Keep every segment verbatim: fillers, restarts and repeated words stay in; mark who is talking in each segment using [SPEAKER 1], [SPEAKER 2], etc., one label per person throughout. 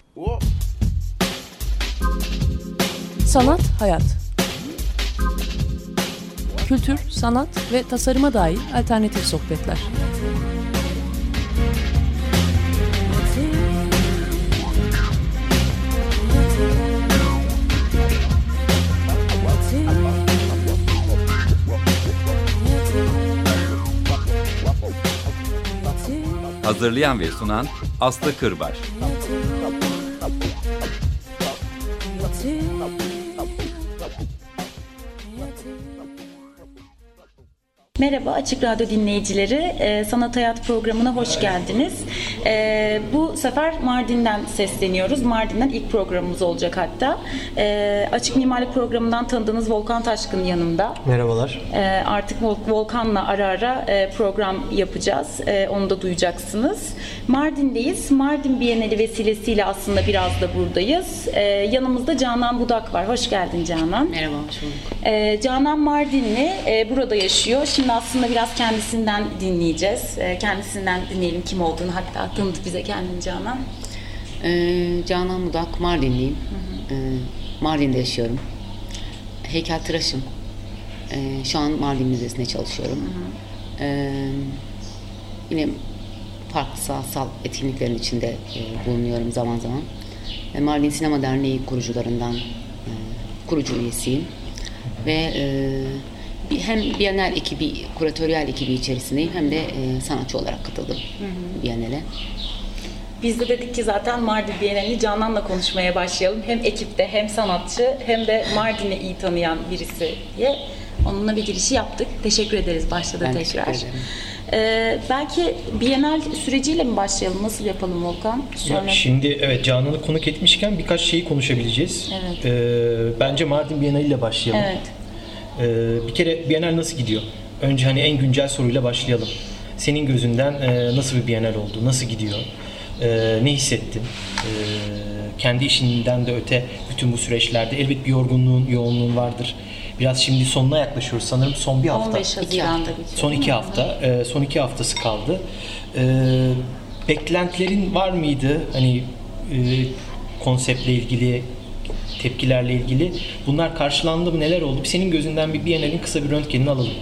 [SPEAKER 1] Sanat, hayat. Kültür, sanat ve tasarıma dair alternatif sohbetler.
[SPEAKER 2] Hazırlayan ve sunan Aslı Kırbaş.
[SPEAKER 3] Merhaba Açık Radyo dinleyicileri, e, Sanat Hayat programına hoş geldiniz. E, bu sefer Mardin'den sesleniyoruz. Mardin'den ilk programımız olacak hatta. E, Açık Mimarlık programından tanıdığınız Volkan Taşkın yanımda.
[SPEAKER 4] Merhabalar.
[SPEAKER 3] E, artık Vol- Volkan'la ara ara e, program yapacağız. E, onu da duyacaksınız. Mardin'deyiz. Mardin Bienali vesilesiyle aslında biraz da buradayız. E, yanımızda Canan Budak var. Hoş geldin Canan.
[SPEAKER 5] Merhaba, hoş bulduk.
[SPEAKER 3] E, Canan Mardinli, e, burada yaşıyor. Şimdi aslında biraz kendisinden dinleyeceğiz. Kendisinden dinleyelim kim olduğunu. Hatta tanıt bize kendini Canan.
[SPEAKER 5] Ee, Canan Budak, Mardinliyim. Hı hı. Ee, Mardin'de yaşıyorum. Heykeltıraşım. Ee, şu an Mardin Müzesi'nde çalışıyorum. Hı hı. Ee, yine farklı sanatsal etkinliklerin içinde e, bulunuyorum zaman zaman. E, Mardin Sinema Derneği kurucularından e, kurucu üyesiyim. Ve e, hem Bienal ekibi, kuratöriyel ekibi içerisindeyim hem de e, sanatçı olarak katıldım Bienal'e.
[SPEAKER 3] Biz de dedik ki zaten Mardin Bienalini Canan'la konuşmaya başlayalım. Hem ekipte hem sanatçı hem de Mardin'i iyi tanıyan birisi diye. Onunla bir girişi yaptık. Teşekkür ederiz başta da
[SPEAKER 5] ben
[SPEAKER 3] tekrar.
[SPEAKER 5] Teşekkür ederim.
[SPEAKER 3] Ee, belki Bienal süreciyle mi başlayalım? Nasıl yapalım Volkan?
[SPEAKER 4] Sonra... Şimdi evet Canan'ı konuk etmişken birkaç şeyi konuşabileceğiz.
[SPEAKER 3] Evet.
[SPEAKER 4] Ee, bence Mardin Bienali ile başlayalım.
[SPEAKER 3] Evet.
[SPEAKER 4] Ee, bir kere Bienal nasıl gidiyor? Önce hani en güncel soruyla başlayalım. Senin gözünden e, nasıl bir Bienal oldu? Nasıl gidiyor? E, ne hissettin? E, kendi işinden de öte bütün bu süreçlerde elbet bir yorgunluğun, yoğunluğun vardır. Biraz şimdi sonuna yaklaşıyoruz. Sanırım son bir hafta.
[SPEAKER 3] on beş Haziran'da bitiyor.
[SPEAKER 4] Son iki hafta. E, son iki haftası kaldı. E, beklentilerin var mıydı? Hani e, konseptle ilgili, tepkilerle ilgili. Bunlar karşılandı mı? Neler oldu? Senin gözünden bir Bienal'in kısa bir röntgenini alalım.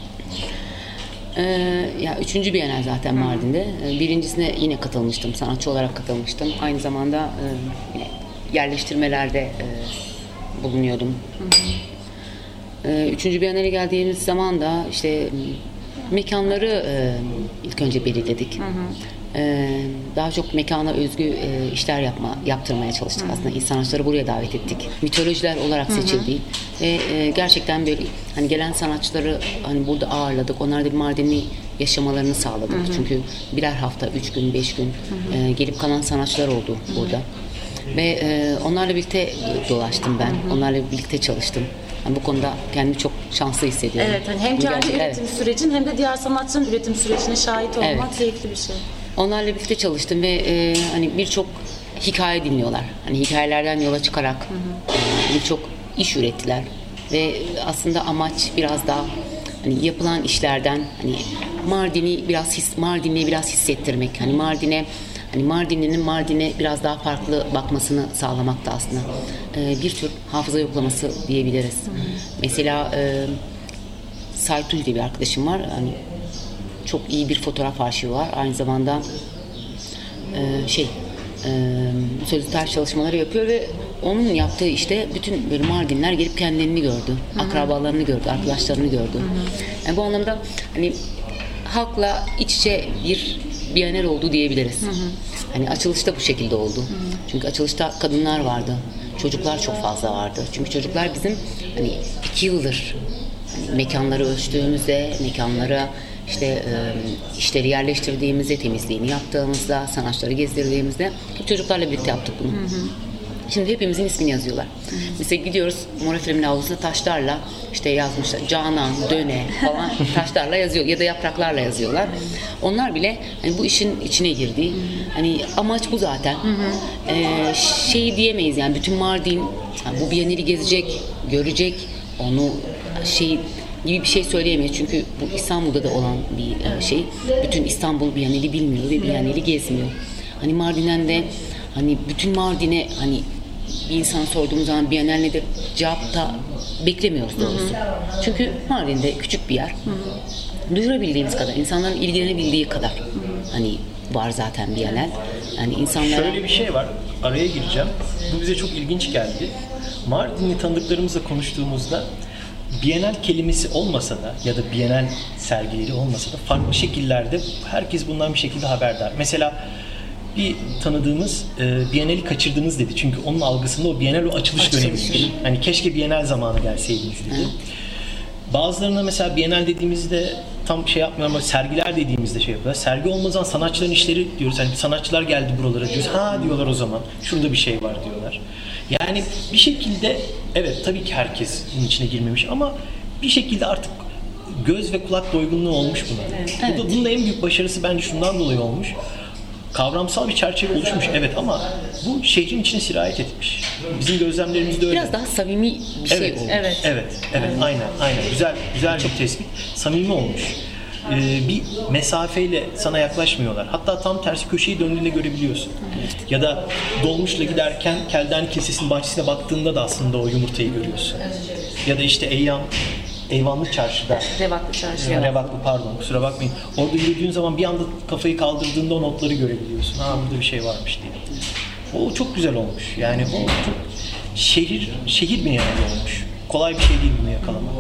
[SPEAKER 5] Ee, ya üçüncü Bienal zaten Mardin'de. Ee, birincisine yine katılmıştım. Sanatçı olarak katılmıştım. Aynı zamanda e, yine yerleştirmelerde e, bulunuyordum. Hı hı. Ee, üçüncü Bienal'e geldiğimiz zaman da işte mekanları e, ilk önce belirledik. Hı hı. Ee, daha çok mekana özgü e, işler yapma yaptırmaya çalıştık. Hı-hı. Aslında sanatçıları buraya davet ettik. Mitolojiler olarak seçildi ve e, gerçekten böyle hani gelen sanatçıları hani burada ağırladık. Onlar da bir Mardin'i yaşamalarını sağladık. Hı-hı. Çünkü birer hafta, üç gün, beş gün e, gelip kalan sanatçılar oldu Hı-hı. burada. Ve e, onlarla birlikte dolaştım ben. Hı-hı. Onlarla birlikte çalıştım. Yani bu konuda kendimi çok şanslı hissediyorum.
[SPEAKER 3] Evet, hani hem kendi üretim evet. sürecin hem de diğer sanatçının üretim sürecine şahit olmak evet. keyifli bir şey.
[SPEAKER 5] Onlarla birlikte çalıştım ve e, hani birçok hikaye dinliyorlar. Hani hikayelerden yola çıkarak e, birçok iş ürettiler ve aslında amaç biraz daha hani yapılan işlerden hani Mardin'i biraz his, Mardin'i biraz hissettirmek. Hani Mardin'e hani Mardinli'nin Mardin'e biraz daha farklı bakmasını sağlamak da aslında e, bir tür hafıza yoklaması diyebiliriz. Hı hı. Mesela e, Saytul diye bir arkadaşım var. Hani çok iyi bir fotoğraf arşivi var. Aynı zamanda e, şey e, sözlü tarih çalışmaları yapıyor ve onun yaptığı işte bütün böyle Mardinler gelip kendilerini gördü. Hı-hı. Akrabalarını gördü, arkadaşlarını gördü. Yani bu anlamda hani halkla iç içe bir Bienal oldu diyebiliriz. Hı-hı. Hani açılışta bu şekilde oldu. Hı-hı. Çünkü açılışta kadınlar vardı. Çocuklar çok fazla vardı. Çünkü çocuklar bizim hani iki yıldır hani mekanları ölçtüğümüzde, mekanlara İşte e, işleri yerleştirdiğimizde, temizliğini yaptığımızda, sanatçıları gezdirdiğimizde hep çocuklarla birlikte yaptık bunu. Hı hı. Şimdi hepimizin ismini yazıyorlar. Hı hı. Mesela gidiyoruz Mor Efrem'in avlusunda taşlarla işte yazmışlar. Canan, Döne falan taşlarla yazıyor ya da yapraklarla yazıyorlar. Onlar bile hani bu işin içine girdi. Hı hı. Hani amaç bu zaten. Hı hı. Ee, şey diyemeyiz yani bütün Mardin yani bu Bienali gezecek, görecek, onu şey gibi bir şey söyleyemeyiz çünkü bu İstanbul'da da olan bir şey. Bütün İstanbul Bienali bilmiyor ve Bienali gezmiyor. Hani Mardin'den de hani bütün Mardin'e hani bir insan sorduğumuz zaman Bienal nedir cevap da beklemiyoruz doğrusu. Çünkü Mardin'de küçük bir yer. Hı-hı. Duyurabildiğimiz kadar, insanların ilgilenebildiği kadar Hı-hı. hani var zaten Bienal. Yani insanlara...
[SPEAKER 4] Şöyle bir şey var, araya gireceğim. Bu bize çok ilginç geldi. Mardinli tanıdıklarımızla konuştuğumuzda Bienal kelimesi olmasa da ya da Bienal sergileri olmasa da farklı şekillerde herkes bundan bir şekilde haberdar. Mesela bir tanıdığımız e, Bienal'i kaçırdınız dedi. Çünkü onun algısında o Bienal o açılış, açılış dönemiydi. Hani keşke Bienal zamanı gelseydiniz dedi. Hı. Bazılarına mesela Bienal dediğimizde tam şey yapmıyorlar ama sergiler dediğimizde şey yapıyorlar. Sergi olmadan sanatçıların işleri diyoruz. Hani sanatçılar geldi buralara diyoruz. Ha diyorlar o zaman. Şurada bir şey var diyorlar. Yani bir şekilde evet tabii ki herkes bunun içine girmemiş ama bir şekilde artık göz ve kulak doygunluğu olmuş buna. Evet. Bu da, bunun da en büyük başarısı bence şundan dolayı olmuş. Kavramsal bir çerçeve oluşmuş evet ama bu şehrin içine sirayet etmiş. Bizim gözlemlerimizde öyle.
[SPEAKER 5] Biraz daha samimi bir şey
[SPEAKER 4] evet,
[SPEAKER 5] olmuş.
[SPEAKER 4] Evet, evet, evet, aynen, aynen. Güzel, güzel bir tespit. Samimi olmuş. Ee, bir mesafeyle sana yaklaşmıyorlar. Hatta tam tersi köşeyi döndüğünde görebiliyorsun. Evet. Ya da dolmuşla giderken Keldani Kilisesi'nin bahçesine baktığında da aslında o yumurtayı görüyorsun. Ya da işte Eyyam Eyvanlık Çarşı'da.
[SPEAKER 3] Revaklı Çarşı.
[SPEAKER 4] Revaklı pardon kusura bakmayın. Orada yürüdüğün zaman bir anda kafayı kaldırdığında o notları görebiliyorsun. Ha burada bir şey varmış diye. O çok güzel olmuş. Yani o çok şehir şehir bir yer olmuş. Kolay bir şey değil bunu yakalamak.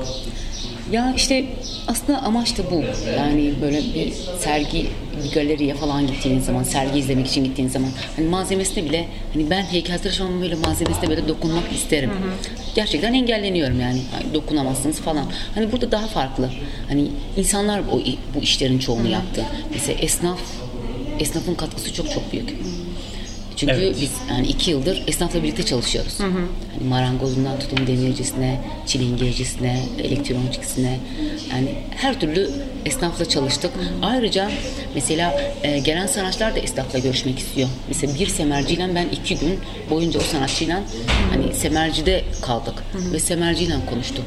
[SPEAKER 5] Ya işte aslında amaç da bu. Yani böyle bir sergi, bir galeriye falan gittiğiniz zaman, sergi izlemek için gittiğiniz zaman hani malzemesine bile hani ben heykeltıraş olmam böyle malzemesine böyle dokunmak isterim. Hı hı. Gerçekten engelleniyorum yani. Yani dokunamazsınız falan. Hani burada daha farklı. Hani insanlar o, bu işlerin çoğunu yaptı. Mesela esnaf, esnafın katkısı çok çok büyük. Çünkü evet. biz yani iki yıldır esnafla birlikte çalışıyoruz. Hı hı. Yani marangozundan tutun demircisine, çilingircisine, elektronikçisine yani her türlü esnafla çalıştık. Hı hı. Ayrıca mesela e, gelen sanatçılar da esnafla görüşmek istiyor. Mesela bir semerciyle ben iki gün boyunca o sanatçıyla hani semercide kaldık hı hı. ve semerciyle konuştum.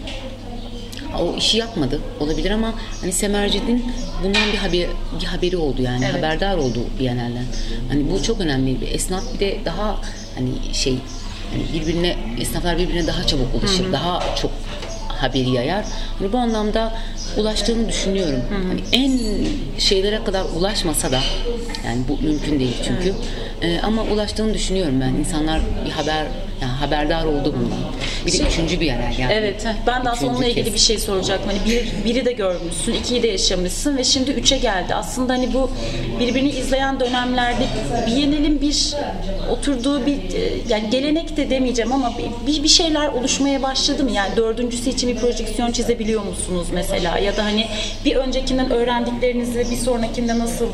[SPEAKER 5] O işi yapmadı olabilir ama hani semercinin bundan bir haber bir haberi oldu yani evet. haberdar oldu Bienal'den. Hani bu çok önemli bir esnaf bir de daha hani şey hani birbirine esnaflar birbirine daha çabuk ulaşır, hı hı. daha çok haberi yayar. Hani bu anlamda ulaştığını düşünüyorum. Hı hı. Hani en şeylere kadar ulaşmasa da yani bu mümkün değil çünkü. Ee, ama ulaştığını düşünüyorum ben. İnsanlar bir haber yani haberdar oldu bundan. Bir de üçüncü bir yer yani.
[SPEAKER 3] Evet. Ben de aslında onunla ilgili kez. bir şey soracaktım. Hani bir, biri de görmüşsün, ikiyi de yaşamışsın ve şimdi üçe geldi. Aslında hani bu birbirini izleyen dönemlerde Bienal'in bir oturduğu bir yani gelenek de demeyeceğim ama bir, bir şeyler oluşmaya başladı mı? Yani dördüncüsü için bir projeksiyon çizebiliyor musunuz mesela? Ya da hani bir öncekinden öğrendiklerinizi bir sonrakinde nasıl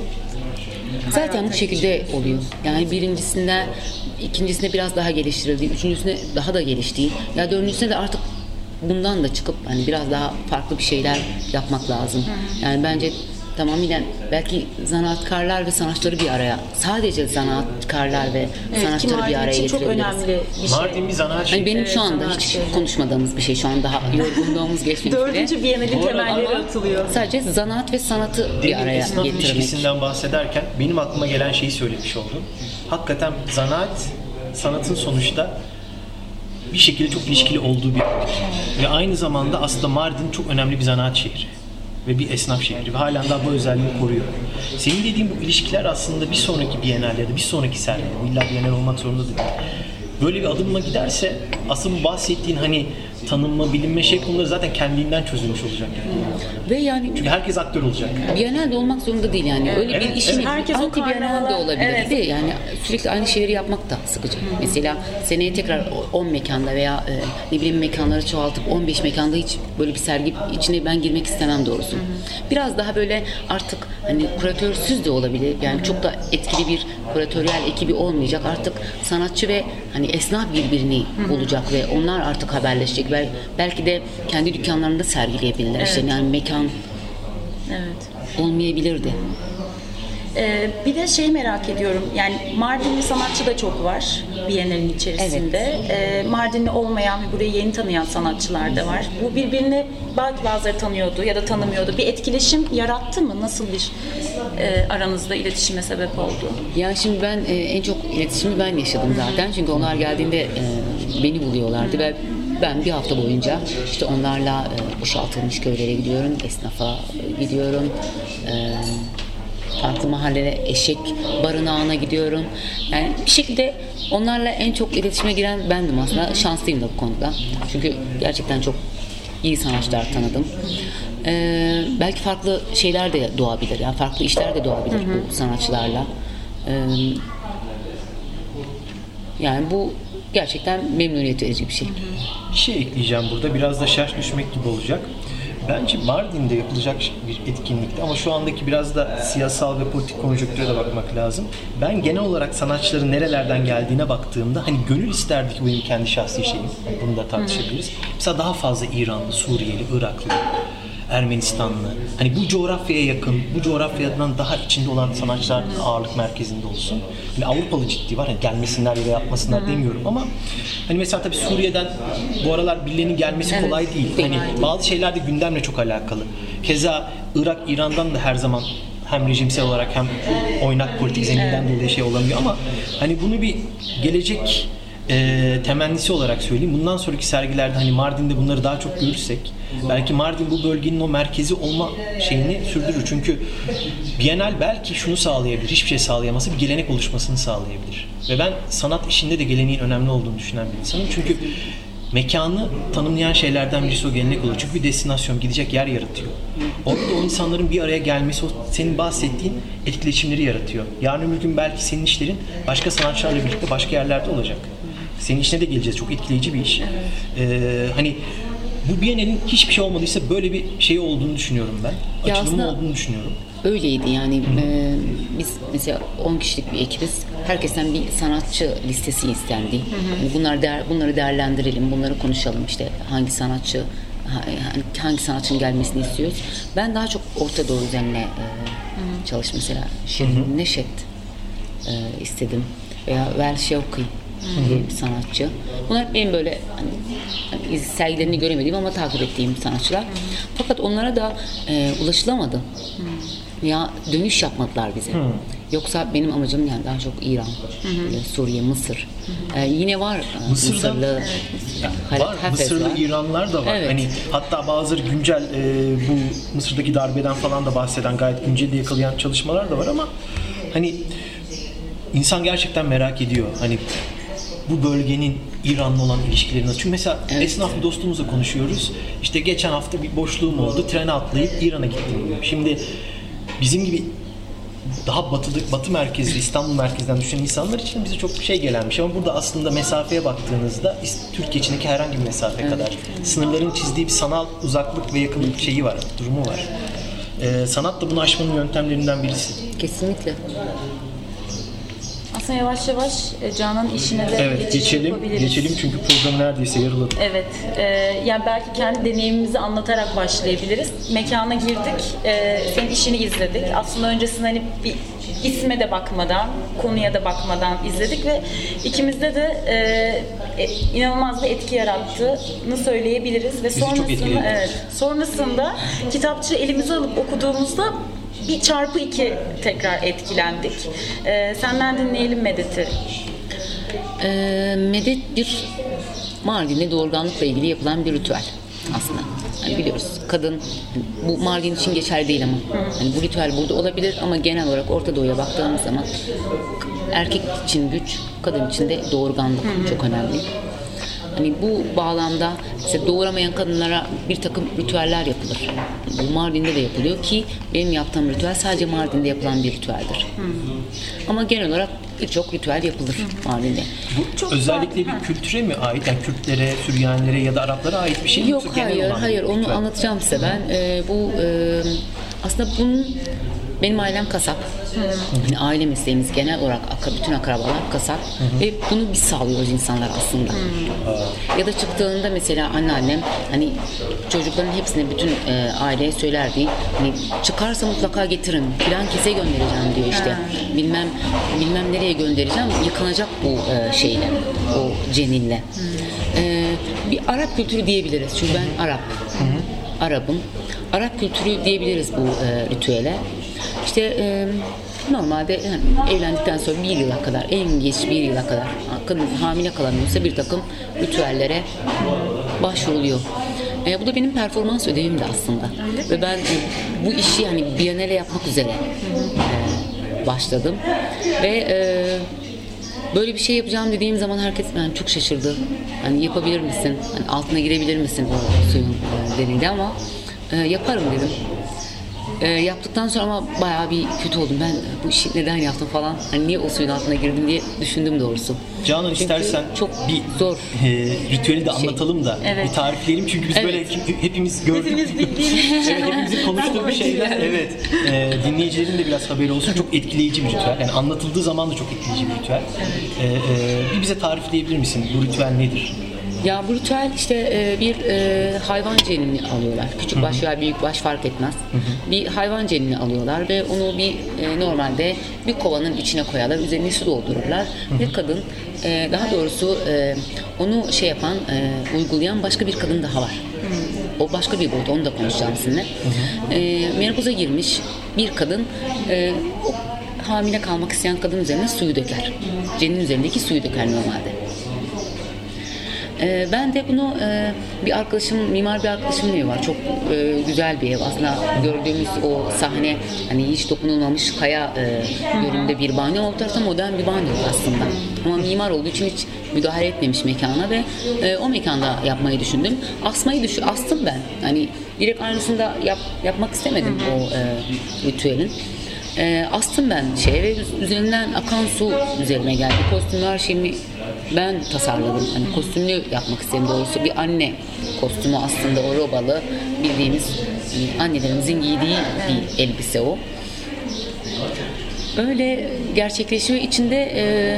[SPEAKER 5] zaten bu şekilde oluyor. Yani birincisinde, ikincisinde biraz daha geliştirildi, üçüncüsünde daha da gelişti. Ya dördüncüsünde de artık bundan da çıkıp hani biraz daha farklı bir şeyler yapmak lazım. Yani bence tamamıyla belki zanaatkarlar ve sanatçıları bir araya, sadece zanaatkarlar ve evet, sanatçıları bir araya getirebiliriz.
[SPEAKER 3] Çok önemli bir şey.
[SPEAKER 4] Mardin bir zanaat
[SPEAKER 5] hani benim
[SPEAKER 3] evet,
[SPEAKER 5] şu anda hiç şey. konuşmadığımız bir şey, şu an daha yorgunluğumuz geçmemiş.
[SPEAKER 3] Dördüncü Bienal'in temelleri atılıyor.
[SPEAKER 5] Sadece zanaat ve sanatı
[SPEAKER 4] Demin
[SPEAKER 5] bir araya
[SPEAKER 4] esnaf
[SPEAKER 5] getirmek.
[SPEAKER 4] ilişkisinden bahsederken benim aklıma gelen şeyi söylemiş oldum. Hakikaten zanaat, sanatın sonuçta bir şekilde çok ilişkili olduğu bir yer. Ve aynı zamanda aslında Mardin çok önemli bir zanaat şehri. Ve bir esnaf şehri ve halen daha bu özelliğini koruyor. Senin dediğin bu ilişkiler aslında bir sonraki Bienal ya da bir sonraki sergi, illa Bienal olmak zorunda değil. Böyle bir adımla giderse aslında bu bahsettiğin hani tanınma, bilinme şey konuları zaten kendinden çözülmüş olacak. Yani.
[SPEAKER 5] Ve yani
[SPEAKER 4] çünkü herkes aktör olacak.
[SPEAKER 5] Bienal de olmak zorunda değil yani. Öyle evet, bir işin evet.
[SPEAKER 3] Herkes
[SPEAKER 5] anti Bienal de olabilir. Evet. Bir de yani sürekli aynı şeyleri yapmak da sıkıcı. Hı-hı. Mesela seneye tekrar on mekanda veya e, ne bileyim mekanları çoğaltıp on beş mekanda hiç böyle bir sergi içine ben girmek istemem doğrusu. Hı-hı. Biraz daha böyle artık hani kuratörsüz de olabilir. Yani Hı-hı. çok da etkili bir kuratöryel ekibi olmayacak. Artık sanatçı ve hani esnaf birbirini Hı-hı. olacak ve onlar artık haberleşecek. Belki de kendi dükkanlarında sergileyebilirler. Evet. İşte yani mekan evet. olmayabilirdi.
[SPEAKER 3] Ee, bir de şey merak ediyorum, yani Mardinli sanatçı da çok var Bienal'in içerisinde.
[SPEAKER 5] Evet.
[SPEAKER 3] Ee, Mardinli olmayan ve burayı yeni tanıyan sanatçılar da var. Bu birbirini belki bazıları tanıyordu ya da tanımıyordu. Bir etkileşim yarattı mı? Nasıl bir e, aranızda iletişime sebep oldu?
[SPEAKER 5] Ya şimdi ben e, en çok iletişimi ben yaşadım zaten. Çünkü onlar geldiğinde e, beni buluyorlardı ve ben bir hafta boyunca işte onlarla e, boşaltılmış köylere gidiyorum, esnafa e, gidiyorum, e, farklı mahallelere, eşek barınağına gidiyorum. Yani bir şekilde onlarla en çok iletişime giren bendim aslında. Şanslıyım da bu konuda. Çünkü gerçekten çok iyi sanatçılar tanıdım. Ee, belki farklı şeyler de doğabilir, yani farklı işler de doğabilir hı hı. bu sanatçılarla. Ee, yani bu gerçekten memnuniyet verici bir şey.
[SPEAKER 4] Bir şey ekleyeceğim burada, biraz da şerh düşmek gibi olacak. Bence Mardin'de yapılacak bir etkinlikti ama şu andaki biraz da siyasal ve politik konjonktüre de bakmak lazım. Ben genel olarak sanatçıların nerelerden geldiğine baktığımda hani gönül isterdi ki, bu benim kendi şahsi şeyim, bunu da tartışabiliriz. Hı. Mesela daha fazla İranlı, Suriyeli, Iraklı, Ermenistanlı, hani bu coğrafyaya yakın, bu coğrafyadan daha içinde olan sanatçılar ağırlık merkezinde olsun. Hani Avrupalı ciddi var, hani gelmesinler ya da yapmasınlar Hı-hı. demiyorum ama hani mesela tabii Suriye'den bu aralar birilerinin gelmesi evet, kolay değil. Hani değil. Bazı şeyler de gündemle çok alakalı. Keza Irak, İran'dan da her zaman hem rejimsel olarak hem oynak politik zeminden evet. dolayı şey olamıyor ama hani bunu bir gelecek E, temennisi olarak söyleyeyim. Bundan sonraki sergilerde hani Mardin'de bunları daha çok görürsek belki Mardin bu bölgenin o merkezi olma şeyini sürdürür. Çünkü Bienal belki şunu sağlayabilir, hiçbir şey sağlayamasa bir gelenek oluşmasını sağlayabilir. Ve ben sanat işinde de geleneğin önemli olduğunu düşünen bir insanım. Çünkü mekanı tanımlayan şeylerden birisi o gelenek oluyor. Çünkü bir destinasyon, gidecek yer yaratıyor. Orada o insanların bir araya gelmesi, o senin bahsettiğin etkileşimleri yaratıyor. Yarın öbür gün belki senin işlerin başka sanatçılarla birlikte başka yerlerde olacak. Senin işine de geleceğiz. Çok etkileyici bir iş. Evet. Ee, hani bu Bienal'in hiçbir şey olmadıysa böyle bir şey olduğunu düşünüyorum ben. Ya açılımı olduğunu düşünüyorum.
[SPEAKER 5] Öyleydi yani. E, biz mesela on kişilik bir ekibiz. Herkesten bir sanatçı listesi istendi. Hı hı. Yani bunlar değer, bunları değerlendirelim, bunları konuşalım. İşte hangi sanatçı, hangi sanatçının gelmesini istiyoruz. Ben daha çok Orta Doğu üzerine e, çalış mesela. Şirin Neşet e, istedim. Veya Vel Şevki diye bir sanatçı. Bunlar benim böyle hani, hani sergilerini göremediğim ama takip ettiğim sanatçılar. Hı hı. Fakat onlara da e, ulaşılamadı. Hı. Ya dönüş yapmadılar bize. Hı. Yoksa benim amacım yani daha çok İran, hı hı. Suriye, Mısır. Hı hı. Ee, yine var
[SPEAKER 4] Mısır'da,
[SPEAKER 5] Mısırlı,
[SPEAKER 4] evet. var, Mısırlı var. İranlılar da var. Evet. Hani hatta bazıları güncel e, bu Mısır'daki darbeden falan da bahseden, gayet güncel yakalayan çalışmalar da var ama hani insan gerçekten merak ediyor. Hani bu bölgenin İran'la olan ilişkileri nasıl? Çünkü mesela evet. esnaf bir dostumuzla konuşuyoruz. İşte geçen hafta bir boşluğum oldu. Trene atlayıp İran'a gittim. Şimdi bizim gibi daha batılı, batı merkezli, İstanbul merkezden düşünen insanlar için bize çok şey gelenmiş. Ama burada aslında mesafeye baktığınızda Türkiye içindeki herhangi bir mesafe evet. kadar sınırların çizdiği bir sanal uzaklık ve yakınlık şeyi var, durumu var. Ee, sanat da bunu aşmanın yöntemlerinden birisi.
[SPEAKER 5] Kesinlikle.
[SPEAKER 3] Aslında yavaş yavaş Canan işine de
[SPEAKER 4] evet,
[SPEAKER 3] geçiş
[SPEAKER 4] geçelim,
[SPEAKER 3] yapabiliriz.
[SPEAKER 4] Geçelim çünkü program neredeyse yarıladı.
[SPEAKER 3] Evet. E, yani belki kendi deneyimimizi anlatarak başlayabiliriz. Mekana girdik. E, senin işini izledik. Aslında öncesinde hani bir isme de bakmadan, konuya da bakmadan izledik ve ikimizde de e, e, inanılmaz bir etki yarattığını söyleyebiliriz. Ve sonrasında, evet, sonrasında kitapçı elimize alıp okuduğumuzda bir çarpı iki tekrar etkilendik. Ee, senden dinleyelim Medet'i.
[SPEAKER 5] Ee, Medet bir Mardin'de doğurganlıkla ilgili yapılan bir ritüel aslında. Yani biliyoruz kadın, bu Mardin için geçerli değil ama yani bu ritüel burada olabilir ama genel olarak Orta Doğu'ya baktığımız zaman erkek için güç, kadın için de doğurganlık Hı-hı. çok önemli. Hani bu bağlamda işte doğuramayan kadınlara bir takım ritüeller yapılır. Bu Mardin'de de yapılıyor ki benim yaptığım ritüel sadece Mardin'de yapılan bir ritüeldir. Hı. Ama genel olarak birçok ritüel yapılır Hı. Mardin'de.
[SPEAKER 4] Bu çok özellikle bir ha. kültüre mi ait? Yani Kürtlere, Süryanilere ya da Araplara ait bir şey mi?
[SPEAKER 5] Yok, hayır, hayır. Onu ritüel? Anlatacağım size ben. Ee, bu e, aslında bunun Benim ailem kasap. Yani aile mesleğimiz genel olarak bütün akrabalar kasap. Hı-hı. Ve bunu biz sağlıyoruz insanlar aslında. Hı-hı. Ya da çıktığında mesela anneannem hani çocukların hepsine bütün e, aileye söylerdi. Hani çıkarsa mutlaka getirin. Filan kese göndereceğim diyor işte. Hı-hı. Bilmem bilmem nereye göndereceğim. Yıkanacak bu e, şeyle. O ceninle. E, bir Arap kültürü diyebiliriz. Çünkü ben Arap. Hı-hı. Arap'ım. Arap kültürü diyebiliriz bu e, ritüele. İşte e, normalde yani evlendikten sonra bir yıla kadar, en geç bir yıla kadar kadın hamile kalamıyorsa bir takım ritüellere başvuruluyor. E, bu da benim performans ödevimdi aslında. Ve ben e, bu işi hani Biennale yapmak üzere e, başladım. Ve e, böyle bir şey yapacağım dediğim zaman herkes yani çok şaşırdı. Hani yapabilir misin? Hani altına girebilir misin o suyun e, denildi ama e, yaparım dedim. E, yaptıktan sonra ama bayağı bir kötü oldum. Ben bu işi neden yaptım falan. Hani niye o suyun altına girdim diye düşündüm doğrusu.
[SPEAKER 4] Canan çünkü istersen
[SPEAKER 5] çok bir
[SPEAKER 4] zor e, ritüeli de anlatalım da evet. bir tarifleyelim çünkü biz evet. böyle hepimiz gördük.
[SPEAKER 3] Hepimiz bildiğimiz.
[SPEAKER 4] Evet, hepimizin konuştuğu bir şeyler. Evet. E, dinleyicilerin de biraz haberi olsun. Çok etkileyici bir ritüel. Yani anlatıldığı zaman da çok etkileyici bir ritüel. Evet. E, e, bir bize tarifleyebilir misin? Bu ritüel nedir?
[SPEAKER 5] Ya bu ritüel işte e, bir e, hayvan cenini alıyorlar. Küçük baş veya büyük baş fark etmez. Hı hı. Bir hayvan cenini alıyorlar ve onu bir e, normalde bir kovanın içine koyarlar. Üzerine su doldururlar. Hı hı. Ve kadın e, daha doğrusu e, onu şey yapan, e, uygulayan başka bir kadın daha var. Hı. O başka bir boyut. Onu da konuşacağım sizinle. E, menopoza girmiş bir kadın e, o hamile kalmak isteyen kadın üzerine suyu döker. Cenin üzerindeki suyu döker normalde. Ben de bunu bir arkadaşım, mimar bir arkadaşımın evi var. Çok güzel bir ev. Aslında gördüğümüz o sahne hani hiç dokunulmamış kaya yönünde bir banyo. O tarafta modern bir banyo aslında. Ama mimar olduğu için hiç müdahale etmemiş mekana ve o mekanda yapmayı düşündüm. Asmayı düşün, astım ben. Hani direkt aynısını da yap, yapmak istemedim o ritüelin. E, astım ben şeye ve üzerinden akan su üzerine geldi. Kostümü her şeyimi ben tasarladım. Hani kostümlü yapmak istedim doğrusu. Bir anne kostümü aslında o robalı bildiğimiz annelerimizin giydiği bir elbise o. Öyle gerçekleşiyor. İçinde e,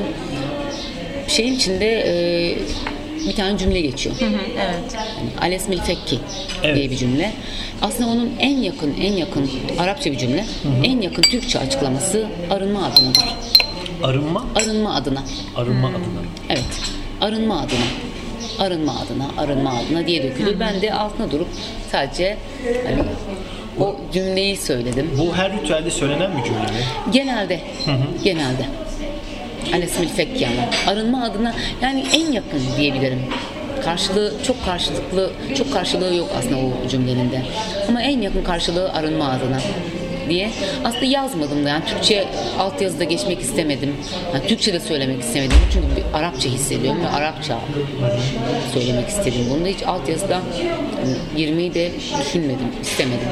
[SPEAKER 5] şeyin içinde e, bir tane cümle geçiyor. Hı hı, evet. Yani, Ales milfekki evet. diye bir cümle. Aslında onun en yakın, en yakın Arapça bir cümle. Hı hı. En yakın Türkçe açıklaması arınma adınadır.
[SPEAKER 4] Arınma?
[SPEAKER 5] Arınma adına.
[SPEAKER 4] Arınma hmm. adına.
[SPEAKER 5] Evet. Arınma adına. Arınma adına, arınma adına diye dökülür. Hı hı. Ben de altına durup sadece hani o cümleyi söyledim.
[SPEAKER 4] Bu her ritüelde söylenen bir cümle mi?
[SPEAKER 5] Genelde. Hı hı. Genelde. Alesimil fekki yani. Arınma adına yani en yakın diyebilirim. Karşılığı çok karşılıklı, çok karşılığı yok aslında o cümlenin de. Ama en yakın karşılığı arınma adına diye. Aslında yazmadım da yani Türkçe altyazıda geçmek istemedim. Yani Türkçe de söylemek istemedim. Çünkü bir Arapça hissediyorum ve Arapça söylemek istedim. Bunu da hiç altyazıda girmeyi de düşünmedim, istemedim.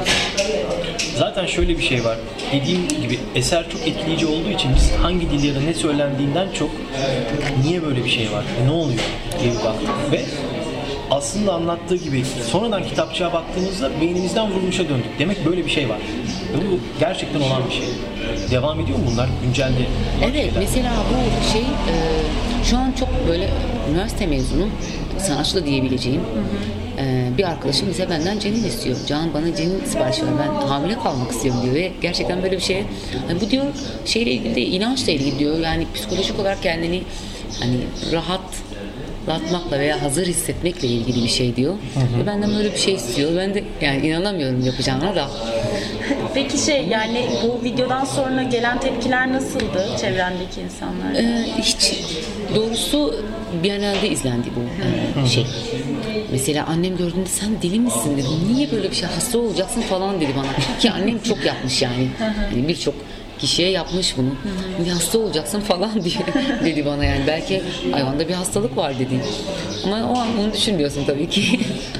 [SPEAKER 4] Zaten şöyle bir şey var. Dediğim gibi eser çok etkileyici olduğu için biz hangi dil ya da ne söylendiğinden çok niye böyle bir şey var, ne oluyor diye bir baktık ve aslında anlattığı gibi sonradan kitapçığa baktığımızda beynimizden vurulmuşa döndük. Demek böyle bir şey var. Ve bu gerçekten olan bir şey. Devam ediyor mu bunlar? Güncelde.
[SPEAKER 5] Evet. Şeyler. Mesela bu şey e, şu an çok böyle üniversite mezunu sanatçı da diyebileceğim hı hı. E, bir arkadaşım mesela benden cenin istiyor. Can bana cenin sipariş ver. Ben hamile kalmak istiyorum diyor ve gerçekten böyle bir şey. Yani bu diyor şeyle ilgili değil, inançla ilgili diyor. Yani psikolojik olarak kendini hani rahat atmakla veya hazır hissetmekle ilgili bir şey diyor. Hı hı. Ve benden böyle bir şey istiyor. Ben de yani inanamıyorum yapacağına da.
[SPEAKER 3] Peki şey yani bu videodan sonra gelen tepkiler nasıldı çevrendeki insanlar?
[SPEAKER 5] Ee, hiç doğrusu Biennale'de izlendi bu e, şey. Mesela annem gördüğünde sen deli misin dedi. Niye böyle bir şey hasta olacaksın falan dedi bana. Ki annem çok yapmış yani. Yani birçok kişiye yapmış bunu. Bir hasta olacaksın falan diye dedi bana yani. Belki hayvanda bir hastalık var dedi. Ama o an bunu düşünmüyorsun tabii ki.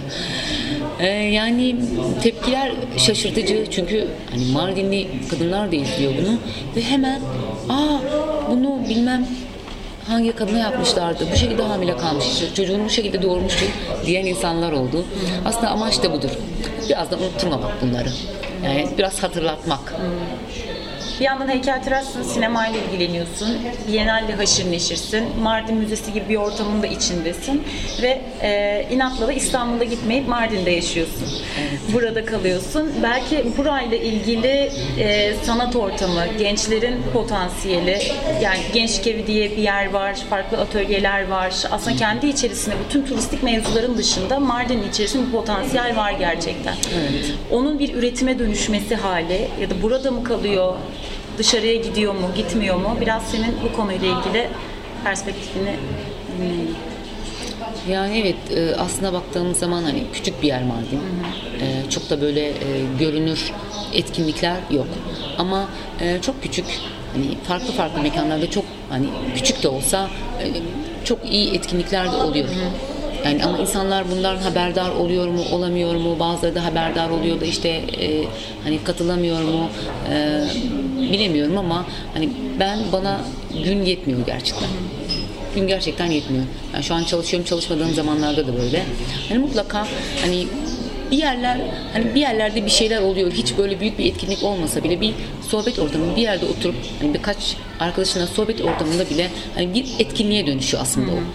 [SPEAKER 5] ee, yani tepkiler şaşırtıcı çünkü hani Mardinli kadınlar da izliyor bunu ve hemen aa bunu bilmem hangi kadına yapmışlardı, bu şekilde hamile kalmış, çocuğunu bu şekilde doğurmuştu diyen insanlar oldu. Aslında amaç da budur. Biraz da unutturmamak bunları. Yani biraz hatırlatmak.
[SPEAKER 3] Bir yandan heykeltıraşsın, sinemayla ilgileniyorsun, Biennale haşır neşirsin, Mardin Müzesi gibi bir ortamın da içindesin ve e, inatla da İstanbul'a gitmeyip Mardin'de yaşıyorsun. Evet. Burada kalıyorsun. Belki burayla ilgili e, sanat ortamı, gençlerin potansiyeli, yani Gençlik Evi diye bir yer var, farklı atölyeler var. Aslında kendi içerisinde bütün turistik mevzuların dışında Mardin'in içerisinde bir potansiyel var gerçekten. Evet. Onun bir üretime dönüşmesi hali ya da burada mı kalıyor, dışarıya gidiyor mu, gitmiyor mu? Biraz senin bu konuyla ilgili perspektifini dinleyelim.
[SPEAKER 5] Yani evet, aslına baktığımız zaman hani küçük bir yer Mardin. Hı hı. Çok da böyle görünür etkinlikler yok. Ama çok küçük, hani farklı farklı mekanlarda çok hani küçük de olsa çok iyi etkinlikler de oluyor. Hı hı. Yani ama insanlar bundan haberdar oluyor mu, olamıyor mu? Bazıları da haberdar oluyor da işte e, hani katılamıyor mu? E, bilemiyorum ama hani ben bana gün yetmiyor gerçekten. Gün gerçekten yetmiyor. Yani şu an çalışıyorum, çalışmadığım zamanlarda da böyle. Hani mutlaka hani bir yerler hani bir yerlerde bir şeyler oluyor. Hiç böyle büyük bir etkinlik olmasa bile bir sohbet ortamında bir yerde oturup hani birkaç arkadaşınla sohbet ortamında bile hani bir etkinliğe dönüşüyor aslında o.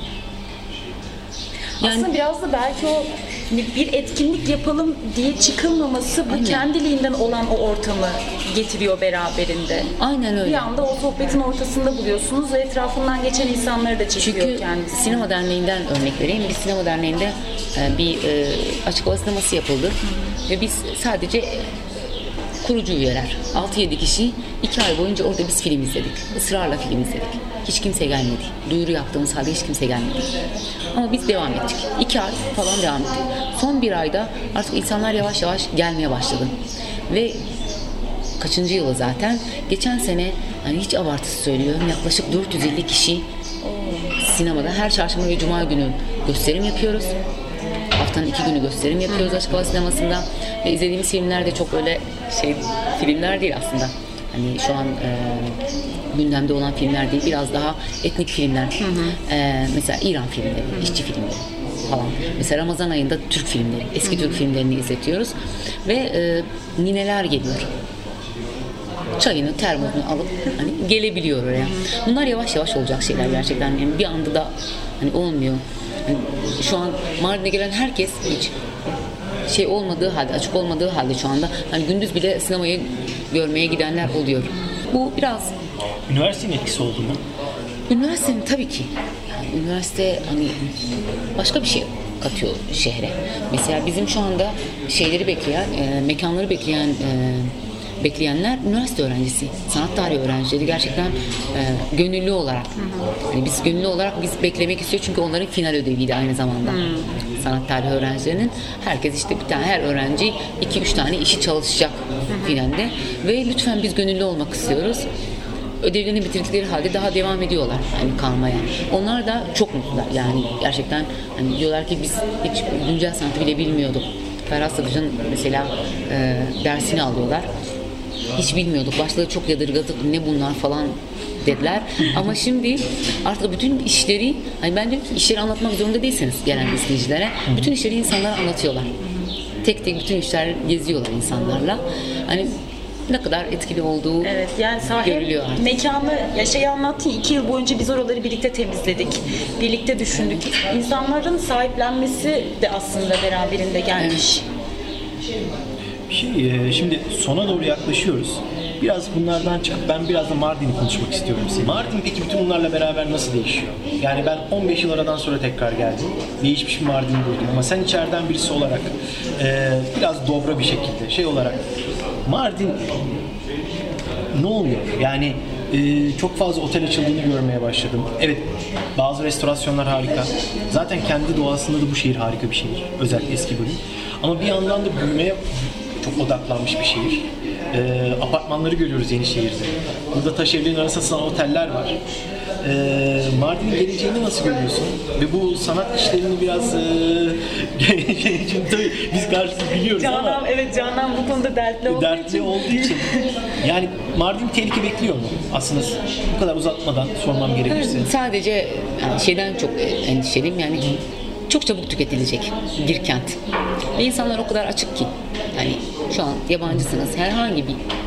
[SPEAKER 3] Yani, aslında biraz da belki o bir etkinlik yapalım diye çıkılmaması bu aynen. kendiliğinden olan o ortamı getiriyor beraberinde.
[SPEAKER 5] Aynen öyle.
[SPEAKER 3] Bir anda o sohbetin ortasında buluyorsunuz ve etrafından geçen insanları da çekiyor
[SPEAKER 5] Çünkü
[SPEAKER 3] kendisi.
[SPEAKER 5] Çünkü Sinema Derneği'nden örnek vereyim. Bir Sinema Derneği'nde bir açık hava sineması yapıldı. Hı. Ve biz sadece kurucu üyeler, altı yedi kişi iki ay boyunca orada biz film izledik. Israrla film izledik. Hiç kimse gelmedi. Duyuru yaptığımız halde hiç kimse gelmedi. Ama biz devam ettik. İki ay falan devam ettik. Son bir ayda artık insanlar yavaş yavaş gelmeye başladı. Ve kaçıncı yılı zaten? Geçen sene, hani hiç abartısı söylüyorum, yaklaşık dört yüz elli kişi sinemada her çarşamba ve cuma günü gösterim yapıyoruz. Haftanın iki günü gösterim yapıyoruz açık hava sinemasında. Ve izlediğimiz filmler de çok öyle şey filmler değil aslında. Hani şu an e, gündemde olan filmler değil, biraz daha etnik filmler. Hı hı. E, mesela İran filmleri, hı hı. işçi filmleri falan. Mesela Ramazan ayında Türk filmleri, eski hı hı. Türk filmlerini izletiyoruz. Ve e, nineler geliyor. Çayını, termosunu alıp hani gelebiliyor oraya. Bunlar yavaş yavaş olacak şeyler gerçekten. Yani bir anda da hani olmuyor. Yani şu an Mardin'e gelen herkes hiç şey olmadığı halde, açık olmadığı halde şu anda hani gündüz bile sinemayı görmeye gidenler oluyor. Bu biraz
[SPEAKER 4] üniversitenin etkisi oldu mu?
[SPEAKER 5] Üniversitenin tabii ki. Yani üniversite hani başka bir şey katıyor şehre. Mesela bizim şu anda şeyleri bekleyen, e, mekanları bekleyen e, bekleyenler üniversite öğrencisi, sanat tarihi öğrencileri gerçekten e, gönüllü olarak. Hı hı. Yani biz gönüllü olarak biz beklemek istiyor çünkü onların final ödeviydi aynı zamanda. Hı. Sanat tarihi öğrencilerinin. Herkes işte bir tane, her öğrenci iki üç tane işi çalışacak hı hı. finalde ve lütfen biz gönüllü olmak istiyoruz. Ödevlerini bitirdikleri halde daha devam ediyorlar yani kalmaya. Onlar da çok mutlular yani gerçekten hani diyorlar ki biz hiç güncel sanatı bile bilmiyorduk. Ferhat Satıcı'nın mesela e, dersini alıyorlar. Hiç bilmiyorduk. Başta çok yadırgadık. Ne bunlar falan dediler. Ama şimdi artık bütün işleri, hani ben diyorum ki işleri anlatmak zorunda değilsiniz gelen izleyicilere. Bütün işleri insanlara anlatıyorlar. Tek tek bütün işler geziyorlar insanlarla. Hani ne kadar etkili olduğu
[SPEAKER 3] evet, yani
[SPEAKER 5] görülüyor artık.
[SPEAKER 3] Mekanı, ya şeyi anlattı, iki yıl boyunca biz oraları birlikte temizledik. Birlikte düşündük. İnsanların sahiplenmesi de aslında beraberinde gelmiş.
[SPEAKER 4] Evet. Şey, şimdi sona doğru yaklaşıyoruz. Biraz bunlardan çıkıp ben biraz da Mardin'i konuşmak istiyorum size. Mardin peki bütün bunlarla beraber nasıl değişiyor? Yani ben on beş yıl aradan sonra tekrar geldim. Değişmiş bir Mardin'i buldum ama sen içeriden birisi olarak e, biraz dobra bir şekilde şey olarak Mardin ne oluyor? Yani e, çok fazla otel açıldığını görmeye başladım. Evet, bazı restorasyonlar harika. Zaten kendi doğasında da bu şehir harika bir şehir. Özellikle eski bölüm. Ama bir yandan da büyümeye çok odaklanmış bir şehir. E, apartmanları görüyoruz Yenişehir'de. Burada taş evlerin arasında satılan oteller var. E, Mardin'in geleceğini nasıl görüyorsun? Ve bu sanat işlerini biraz e, şimdi tabii biz karşılıklı biliyoruz
[SPEAKER 3] Canan,
[SPEAKER 4] ama
[SPEAKER 3] evet Canan bu konuda dertli olduğu
[SPEAKER 4] dertli
[SPEAKER 3] için.
[SPEAKER 4] olduğu için yani Mardin tehlike bekliyor mu? Aslında bu kadar uzatmadan sormam gerekirse.
[SPEAKER 5] Sadece yani şeyden çok endişeliyim yani çok çabuk tüketilecek bir kent. Ve insanlar o kadar açık ki yani şu an yabancısınız, herhangi bir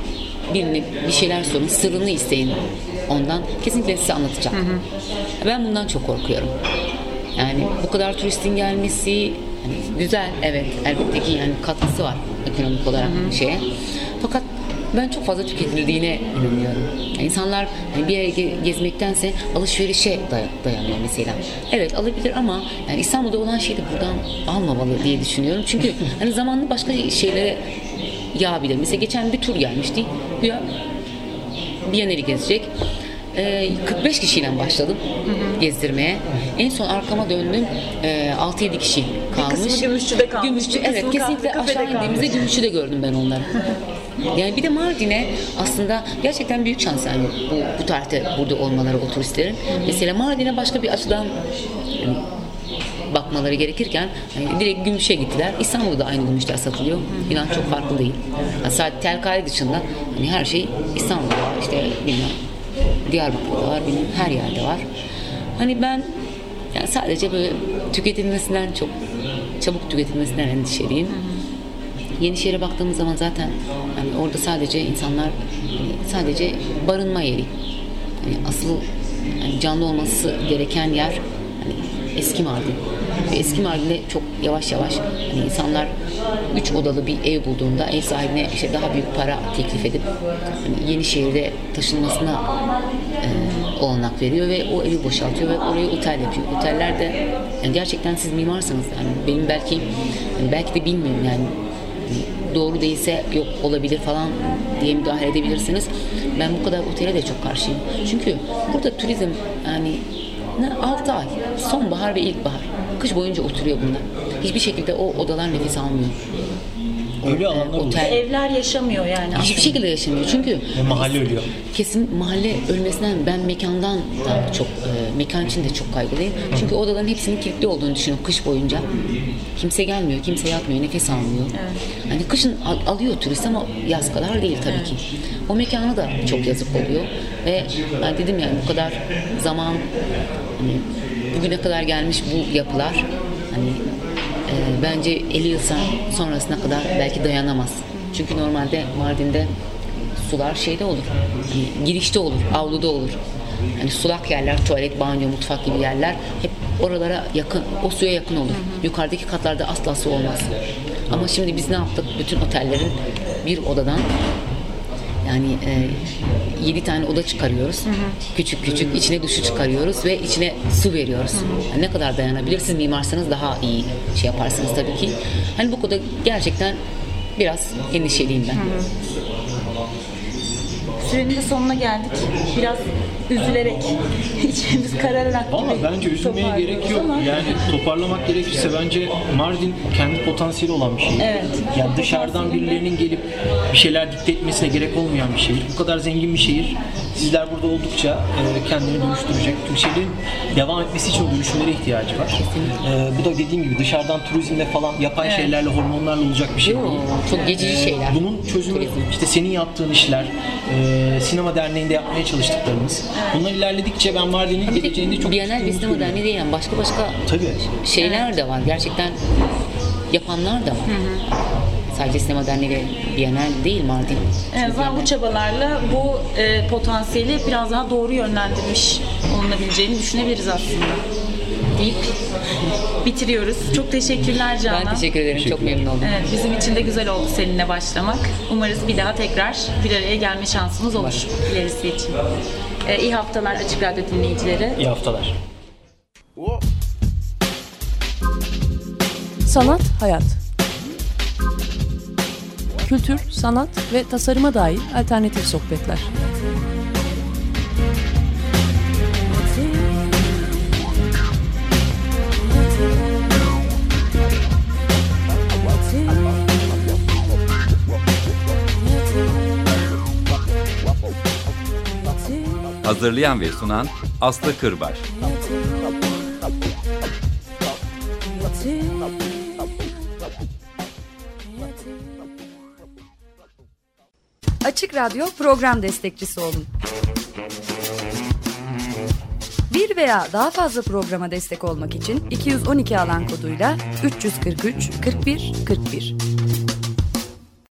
[SPEAKER 5] birini bir şeyler sorun, sırrını isteyin ondan. Kesinlikle size anlatacak. Hı hı. Ben bundan çok korkuyorum. Yani bu kadar turistin gelmesi hani güzel, evet, elbette ki yani katkısı var ekonomik olarak hı hı. şeye. Fakat ben çok fazla tüketildiğine inanıyorum. Yani insanlar hani bir yere ge- gezmektense alışverişe day- dayanıyor mesela. Evet, alabilir ama yani İstanbul'da olan şeyi de buradan almamalı diye düşünüyorum. Çünkü hani zamanlı başka şeylere yağabilir. Mesela geçen bir tur gelmişti. Ya Biennale'i gezecek. Ee, kırk beş kişiyle başladım hı hı. gezdirmeye. En son arkama döndüm. E, altı yedi kişi kalmış.
[SPEAKER 3] Bir kısmı Gümüşçü'de kalmış.
[SPEAKER 5] Gümüşçü, evet, kesinlikle aşağı indiğimizde Gümüşçü'de gördüm ben onları. Yani bir de Mardin'e aslında gerçekten büyük şans yani bu, bu tarihte burada olmaları o turistlerin. Mesela Mardin'e başka bir açıdan yani, bakmaları gerekirken yani direkt Gümüş'e gittiler. İstanbul'da da aynı gümüşler satılıyor. İnan çok farklı değil. Yani sadece Telkari dışında hani her şey İstanbul'da var. İşte bilmem Diyarbakır'da var, bilmem her yerde var. Hani ben yani sadece böyle tüketilmesinden çok çabuk tüketilmesinden endişeliyim. Yenişehir'e baktığımız zaman zaten hani orada sadece insanlar hani sadece barınma yeri. Hani asıl yani canlı olması gereken yer hani eski Mardin. Ve eski Mardin'de çok yavaş yavaş hani insanlar üç odalı bir ev bulduğunda ev sahibine işte daha büyük para teklif edip hani Yenişehir'de taşınmasına e, olanak veriyor ve o evi boşaltıyor ve orayı otel yapıyor. Otellerde yani gerçekten siz mimarsınız yani benim belki yani belki de bilmiyorum yani doğru değilse yok olabilir falan diye müdahale edebilirsiniz. Ben bu kadar otele de çok karşıyım. Çünkü burada turizm yani altı ay, sonbahar ve ilkbahar. Kış boyunca oturuyor bunlar. Hiçbir şekilde o odalar nefes almıyor.
[SPEAKER 4] Öyle alanlar
[SPEAKER 3] otel. Evler yaşamıyor yani.
[SPEAKER 5] Hiçbir şekilde yaşamıyor. Çünkü
[SPEAKER 4] ve mahalle ölüyor.
[SPEAKER 5] Kesin mahalle ölmesinden ben mekandan da çok e, mekan için de çok kaygılıyım. Hı. Çünkü odaların hepsinin kilitli olduğunu düşünüyorum kış boyunca. Kimse gelmiyor, kimse yatmıyor, nefes almıyor. Evet. Hani kışın al, alıyor turist ama yaz kadar değil tabii evet. ki. O mekana da çok yazık oluyor ve ben dedim yani bu kadar zaman hani bugüne kadar gelmiş bu yapılar hani e, bence elli yıl sonrasına kadar belki dayanamaz. Çünkü normalde Mardin'de sular şeyde olur. Yani girişte olur, avluda olur. Yani sulak yerler, tuvalet, banyo, mutfak gibi yerler hep oralara yakın, o suya yakın olur. Hı hı. Yukarıdaki katlarda asla su olmaz. Ama şimdi biz ne yaptık? Bütün otellerin bir odadan yani e, yedi tane oda çıkarıyoruz. Hı hı. Küçük küçük içine duşu çıkarıyoruz ve içine su veriyoruz. Hı hı. Yani ne kadar dayanabilir? Siz mimarsanız daha iyi şey yaparsınız tabii ki. Hani bu konuda gerçekten biraz endişeliyim ben. Hı hı.
[SPEAKER 3] Sürenin de sonuna geldik. Biraz üzülerek, içimiz kararak.
[SPEAKER 4] Valla bence üzülmeye gerek yok. Ama... Yani toparlamak gerekirse bence Mardin kendi potansiyeli olan bir şehir. Evet. Yani dışarıdan birilerinin gelip bir şeyler dikte etmesine gerek olmayan bir şehir. Bu kadar zengin bir şehir. Sizler burada oldukça e, kendini dönüştürecek. Çünkü şehrin devam etmesi için o dönüşümlere ihtiyacı var. E, bu da dediğim gibi dışarıdan turizmle falan yapay evet. şeylerle, hormonlarla olacak bir şey değil.
[SPEAKER 5] Çok geçici
[SPEAKER 4] e,
[SPEAKER 5] şeyler.
[SPEAKER 4] Bunun çözümü işte senin yaptığın işler, e, Sinema Derneği'nde yapmaya çalıştıklarımız. Bunlar ilerledikçe ben Mardin'in geleceğini çok...
[SPEAKER 5] Bienal ve Sinema Derneği değil yani başka başka Tabii. şeyler evet. de var. Gerçekten yapanlar da var. Hı hı. Sadece Sinema Derneği ve Bienal değil Mardin.
[SPEAKER 3] En azından bu çabalarla bu e, potansiyeli biraz daha doğru yönlendirmiş olunabileceğini düşünebiliriz aslında. Deyip bitiriyoruz. Çok teşekkürler Canan.
[SPEAKER 5] Ben teşekkür ederim. Teşekkür çok memnun oldum.
[SPEAKER 3] Evet, bizim için de güzel oldu seninle başlamak. Umarız bir daha tekrar bir araya gelme şansımız olur ilerisi için. Ee, iyi haftalar Açık Radyo dinleyicileri.
[SPEAKER 4] İyi haftalar.
[SPEAKER 1] Sanat, hayat. Kültür, sanat ve tasarıma dair alternatif sohbetler.
[SPEAKER 2] Hazırlayan ve sunan Aslı Kırbaş.
[SPEAKER 6] Açık Radyo program destekçisi olun. Bir veya daha fazla programa destek olmak için iki yüz on iki alan koduyla üç yüz kırk üç kırk bir kırk bir